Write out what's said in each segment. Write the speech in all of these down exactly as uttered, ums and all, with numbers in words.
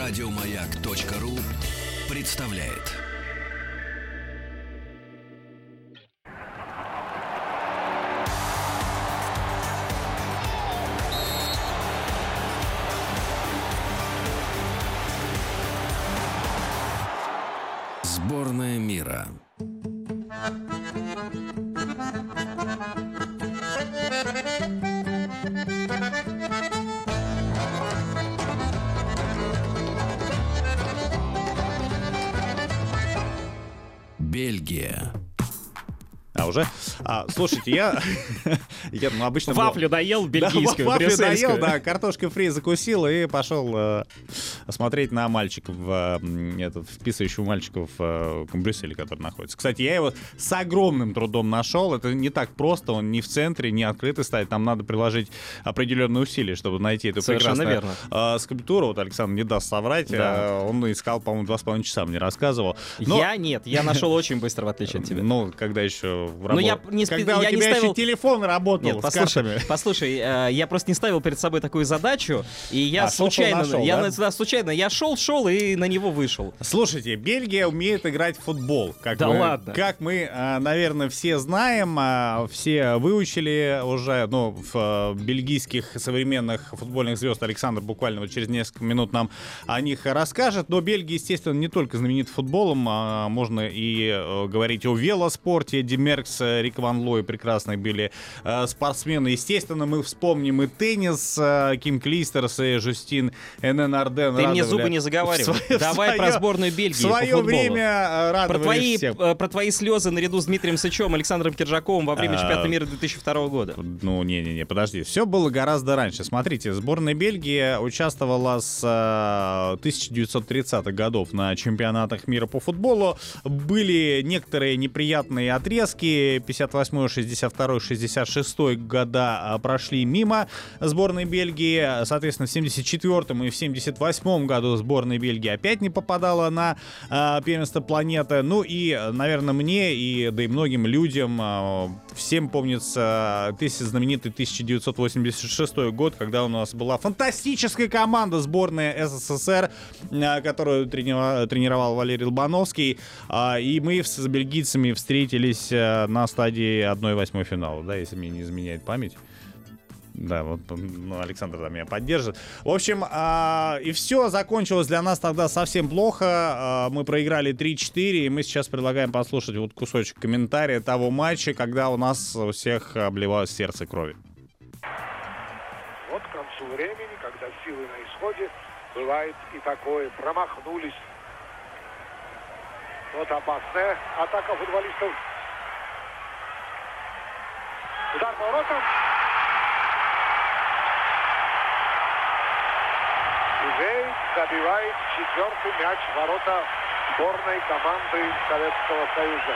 Радиомаяк.ру представляет. Сборная мира. Бельгия. А, уже? А, слушайте, я... я ну, обычно... Вафлю доел бельгийскую, да, вафлю доел, да, да, картошкой фри закусил и пошел э, смотреть на мальчиков, э, этот, вписывающего мальчиков э, в Брюсселе, который находится. Кстати, я его с огромным трудом нашел. Это не так просто, он не в центре, не открытый стоит. Там надо приложить определенные усилия, чтобы найти эту Совершенно прекрасную верно. Э, скульптуру. Вот Александр не даст соврать. Да. Э, он искал, по-моему, два с половиной часа, мне рассказывал. Но... Я нет, я нашел очень быстро, в отличие от тебя. Ну, когда еще... Но я не спи... Когда я у тебя не ставил... еще телефон работал Нет, с послушай, картами. послушай, э, я просто не ставил перед собой такую задачу, и я А, случайно, шел, нашел, я да? да, случайно, я шел, шел и на него вышел. Слушайте, Бельгия умеет играть в футбол. Как Да мы, ладно? Как мы, э, наверное, все знаем, э, все выучили уже, ну, в э, бельгийских современных футбольных звезд. Александр буквально вот через несколько минут нам о них расскажет. Но Бельгия, естественно, не только знаменита футболом, а можно и э, говорить о велоспорте. Эдди Меркс, Рик Ван Лой прекрасные были э, спортсмены. Естественно, мы вспомним и теннис. Э, Ким Клистерс и Жюстин Энен Арден. Ты мне зубы не заговаривай. свое, Давай свое, про сборную Бельгии в свое по футболу. время радовали Про твои, всем. э, про твои слезы наряду с Дмитрием Сычевым, Александром Киржаковым во время А, чемпионата мира две тысячи второго года. Ну, не-не-не, подожди. Все было гораздо раньше. Смотрите, сборная Бельгии участвовала с э, тысяча девятьсот тридцатых годов на чемпионатах мира по футболу. Были некоторые неприятные отрезки. пятьдесят восьмой, шестьдесят второй, шестьдесят шестой года прошли мимо сборной Бельгии. Соответственно, в семьдесят четвёртом и в семьдесят восьмом году сборная Бельгии опять не попадала на э, первенство планеты. Ну и, наверное, мне и да и многим людям э, всем помнится э, знаменитый тысяча девятьсот восемьдесят шестой год, когда у нас была фантастическая команда сборная СССР, э, которую тренировал, тренировал Валерий Лобановский. Э, и мы с бельгийцами встретились э, на стадии одна восьмая финала, да, если мне не изменяет память. Да, вот ну, Александр там меня поддержит. В общем, э, и все закончилось для нас тогда совсем плохо. Э, мы проиграли три-четыре, и мы сейчас предлагаем послушать вот кусочек комментария того матча, когда у нас у всех обливалось сердце крови. Вот к концу времени, когда силы на исходе, бывает и такое. Промахнулись. Вот опасная атака футболистов. Удар по воротам. Ивей забивает четвертый мяч в ворота сборной команды Советского Союза.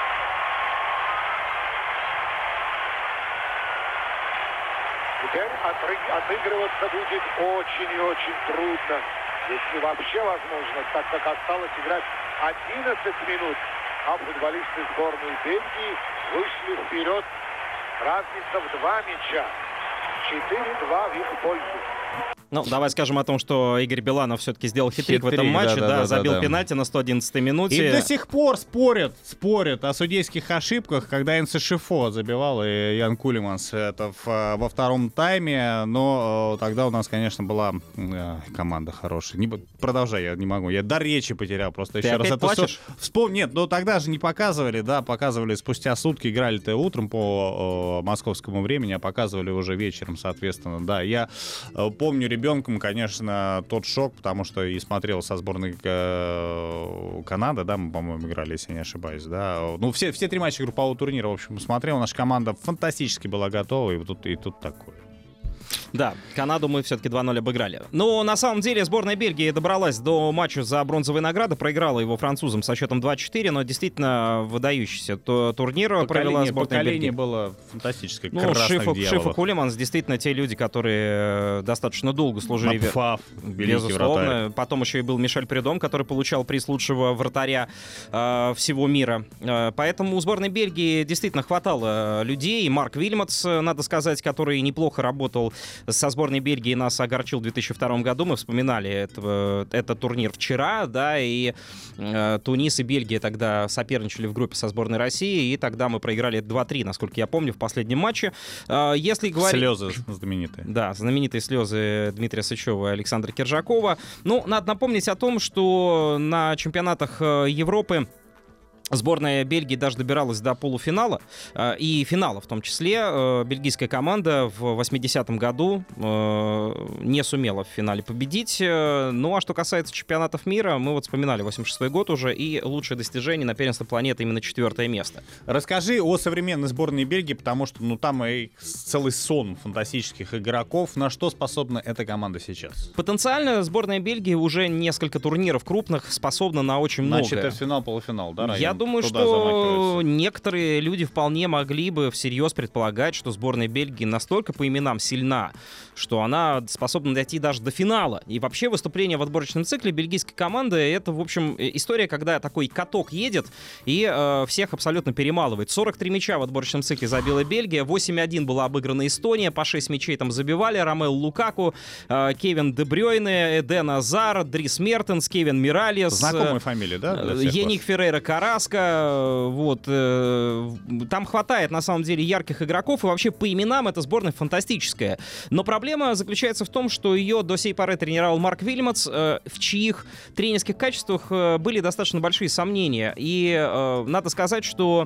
Теперь отры- отыгрываться будет очень и очень трудно, если вообще возможно, так как осталось играть одиннадцать минут, а футболисты сборной Бельгии вышли вперед. Разница в два мяча. четыре-два в их пользу. Ну, давай скажем о том, что Игорь Биланов все-таки сделал хитрик, хитрик в этом матче, да, да, да, забил да, да. пенальти на сто одиннадцатой минуте. И до сих пор спорят, спорят о судейских ошибках, когда Энсешифо забивал и Ян Кулеманс это в, во втором тайме, но тогда у нас, конечно, была э, команда хорошая. Не, продолжай, я не могу, я дар речи потерял просто. Ты еще опять раз. плачешь? Это вспом... Нет, ну тогда же не показывали, да, показывали спустя сутки, играли-то утром по э, московскому времени, а показывали уже вечером, соответственно, да. Я э, помню ребенком, конечно, тот шок, потому что и смотрел со сборной э, Канады, да, мы, по-моему, играли, если не ошибаюсь, да. Ну, все, все три матча группового турнира, в общем, смотрел, наша команда фантастически была готова, и вот тут, и тут такое. Да, Канаду мы все-таки два ноль обыграли. Но на самом деле сборная Бельгии добралась до матча за бронзовые награды, проиграла его французам со счетом два-четыре, но действительно выдающийся турнир провела сборная поколение Бельгии. было фантастическое, ну, красных Шифу, дьяволов. Шифу, Кулеманс, действительно те люди, которые достаточно долго служили. Мапфав, безусловно. вратарь. Потом еще и был Мишель Придом, который получал приз лучшего вратаря э, всего мира. Э, поэтому у сборной Бельгии действительно хватало людей. Марк Вильмотс, надо сказать, который неплохо работал со сборной Бельгии нас огорчил в две тысячи втором году. Мы вспоминали это, этот турнир вчера, да, и э, Тунис и Бельгия тогда соперничали в группе со сборной России, и тогда мы проиграли два-три, насколько я помню, в последнем матче. Э, если говорить... Слезы знаменитые. Да, знаменитые слезы Дмитрия Сычева и Александра Киржакова. Ну, надо напомнить о том, что на чемпионатах Европы сборная Бельгии даже добиралась до полуфинала э, и финала в том числе. Э, бельгийская команда в восьмидесятом году э, не сумела в финале победить. Э, ну а что касается чемпионатов мира, мы вот вспоминали восемьдесят шестой год уже, и лучшее достижение на первенство планеты именно четвертое место. Расскажи о современной сборной Бельгии, потому что ну там и целый сон фантастических игроков. На что способна эта команда сейчас? Потенциально сборная Бельгии уже несколько турниров крупных способна на очень многое. Значит, это финал, полуфинал, да? Я думаю, что некоторые люди вполне могли бы всерьез предполагать, что сборная Бельгии настолько по именам сильна, что она способна дойти даже до финала. И вообще выступление в отборочном цикле бельгийской команды — это, в общем, история, когда такой каток едет и э, всех абсолютно перемалывает. сорок три мяча в отборочном цикле забила Бельгия, восемь один была обыграна Эстония, по шесть мячей там забивали Ромелу Лукаку, э, Кевин Де Брёйне, Эден Азар, Дрис Мертенс, Кевин Миральес. Знакомые фамилии, да? Еник Феррейра Карас. Вот, э, там хватает, на самом деле, ярких игроков, и вообще по именам эта сборная фантастическая. Но проблема заключается в том, что ее до сей поры тренировал Марк Вильмотс, э, в чьих тренерских качествах э, были достаточно большие сомнения. И э, надо сказать, что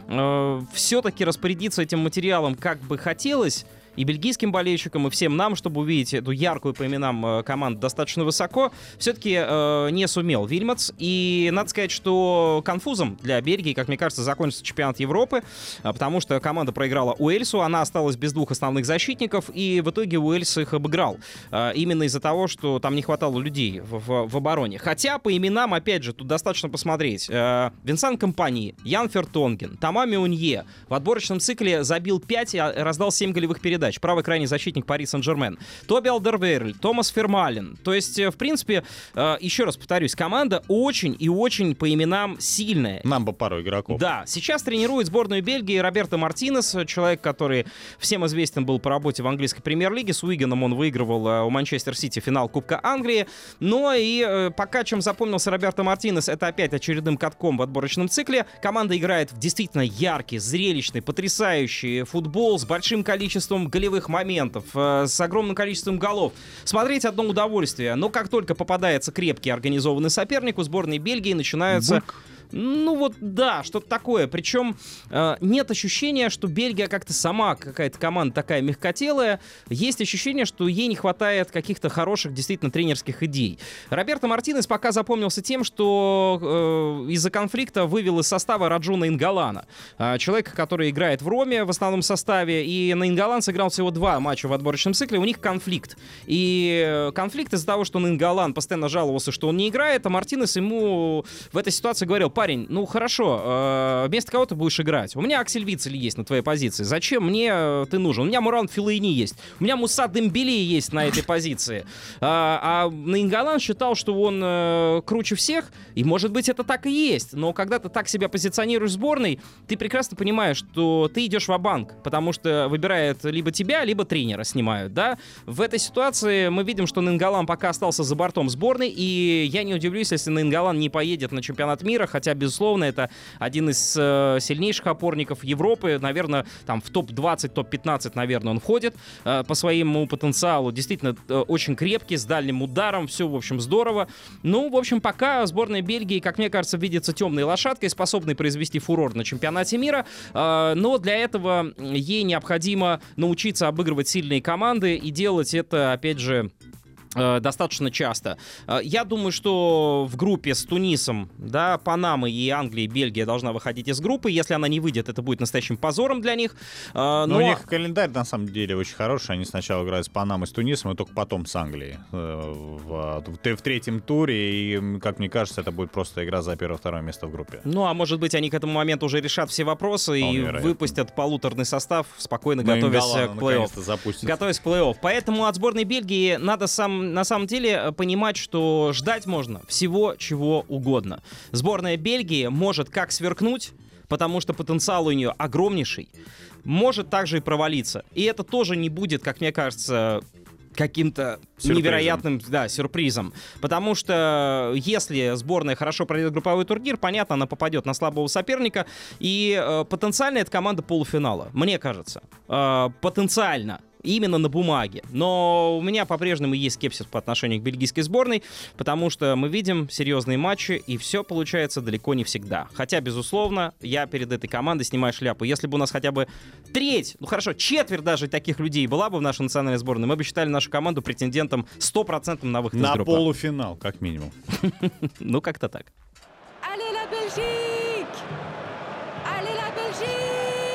э, все-таки распорядиться этим материалом как бы хотелось, и бельгийским болельщикам, и всем нам, чтобы увидеть эту яркую по именам э, команду достаточно высоко, все-таки э, не сумел Вильмотс. И надо сказать, что конфузом для Бельгии, как мне кажется, закончится чемпионат Европы, э, потому что команда проиграла Уэльсу, она осталась без двух основных защитников, и в итоге Уэльс их обыграл. Э, именно из-за того, что там не хватало людей в, в, в обороне. Хотя по именам, опять же, тут достаточно посмотреть. Э, Винсан Компани, Ян Фертонген, Тома Меунье в отборочном цикле забил пять и раздал семь голевых передач. Правый крайний защитник Пари Сен-Жермен. Тоби Алдервейрель, Томас Фермален. То есть, в принципе, еще раз повторюсь, команда очень и очень по именам сильная. Нам бы пару игроков. Да, сейчас тренирует сборную Бельгии Роберто Мартинес, человек, который всем известен был по работе в английской премьер-лиге. С Уигеном он выигрывал у Манчестер Сити финал Кубка Англии. Но и пока чем запомнился Роберто Мартинес, это опять очередным катком в отборочном цикле. Команда играет в действительно яркий, зрелищный, потрясающий футбол с большим количеством голевых моментов, э, с огромным количеством голов. Смотреть одно удовольствие. Но как только попадается крепкий организованный соперник, у сборной Бельгии начинаются... Бульк. Ну вот да, что-то такое. Причем э, нет ощущения, что Бельгия как-то сама какая-то команда такая мягкотелая. Есть ощущение, что ей не хватает каких-то хороших действительно тренерских идей. Роберто Мартинес пока запомнился тем, что э, из-за конфликта вывел из состава Раджуна Ингалана. Э, человека, который играет в Роме в основном составе. И на Ингалан сыграл всего два матча в отборочном цикле. У них конфликт. И конфликт из-за того, что Ингалан постоянно жаловался, что он не играет, а Мартинес ему в этой ситуации говорил: парень, ну хорошо, э, вместо кого ты будешь играть? У меня Аксель Вицель есть на твоей позиции. Зачем мне э, ты нужен? У меня Муран Феллайни есть. У меня Муса Дембеле есть на этой позиции. А, а Наингалан считал, что он э, круче всех, и может быть это так и есть. Но когда ты так себя позиционируешь в сборной, ты прекрасно понимаешь, что ты идешь ва-банк, потому что выбирают либо тебя, либо тренера снимают, да? В этой ситуации мы видим, что Наингалан пока остался за бортом сборной, и я не удивлюсь, если Наингалан не поедет на чемпионат мира, хотя, безусловно, это один из э, сильнейших опорников Европы. Наверное, там в топ двадцать, топ пятнадцать, наверное, он входит э, по своему потенциалу. Действительно, э, очень крепкий, с дальним ударом. Все, в общем, здорово. Ну, в общем, пока сборная Бельгии, как мне кажется, видится темной лошадкой, способной произвести фурор на чемпионате мира. Э, но для этого ей необходимо научиться обыгрывать сильные команды и делать это, опять же, достаточно часто. Я думаю, что в группе с Тунисом, да, Панамой и Англией Бельгия должна выходить из группы. Если она не выйдет, это будет настоящим позором для них. Но, Но... у них календарь, на самом деле, очень хороший. Они сначала играют с Панамой, с Тунисом, и только потом с Англией в, в, в третьем туре. И, как мне кажется, это будет просто игра за первое-второе место в группе. Ну, а может быть, они к этому моменту уже решат все вопросы Вполне и вероятно. выпустят полуторный состав, спокойно Но готовясь к плей-офф. Готовясь к плей-офф. Поэтому от сборной Бельгии надо сам на самом деле понимать, что ждать можно всего чего угодно. Сборная Бельгии может как сверкнуть, потому что потенциал у нее огромнейший, может также и провалиться. И это тоже не будет, как мне кажется, каким-то Сюрпризом. невероятным, да, сюрпризом. Потому что если сборная хорошо пройдет групповой турнир, понятно, она попадет на слабого соперника. И э, потенциально это команда полуфинала, мне кажется. Э, потенциально. Именно на бумаге. Но у меня по-прежнему есть скепсис по отношению к бельгийской сборной, потому что мы видим серьезные матчи, и все получается далеко не всегда. Хотя, безусловно, я перед этой командой снимаю шляпу. Если бы у нас хотя бы треть, ну хорошо, четверть даже таких людей была бы в нашей национальной сборной, мы бы считали нашу команду претендентом сто процентов на выход из На группы. полуфинал, как минимум. Ну, как-то так. Allez la Belgique! Allez la Belgique!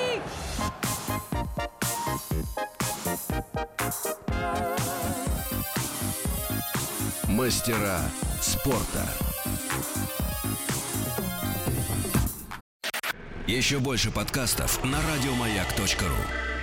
Мастера спорта. Еще больше подкастов на радиомаяк точка ру.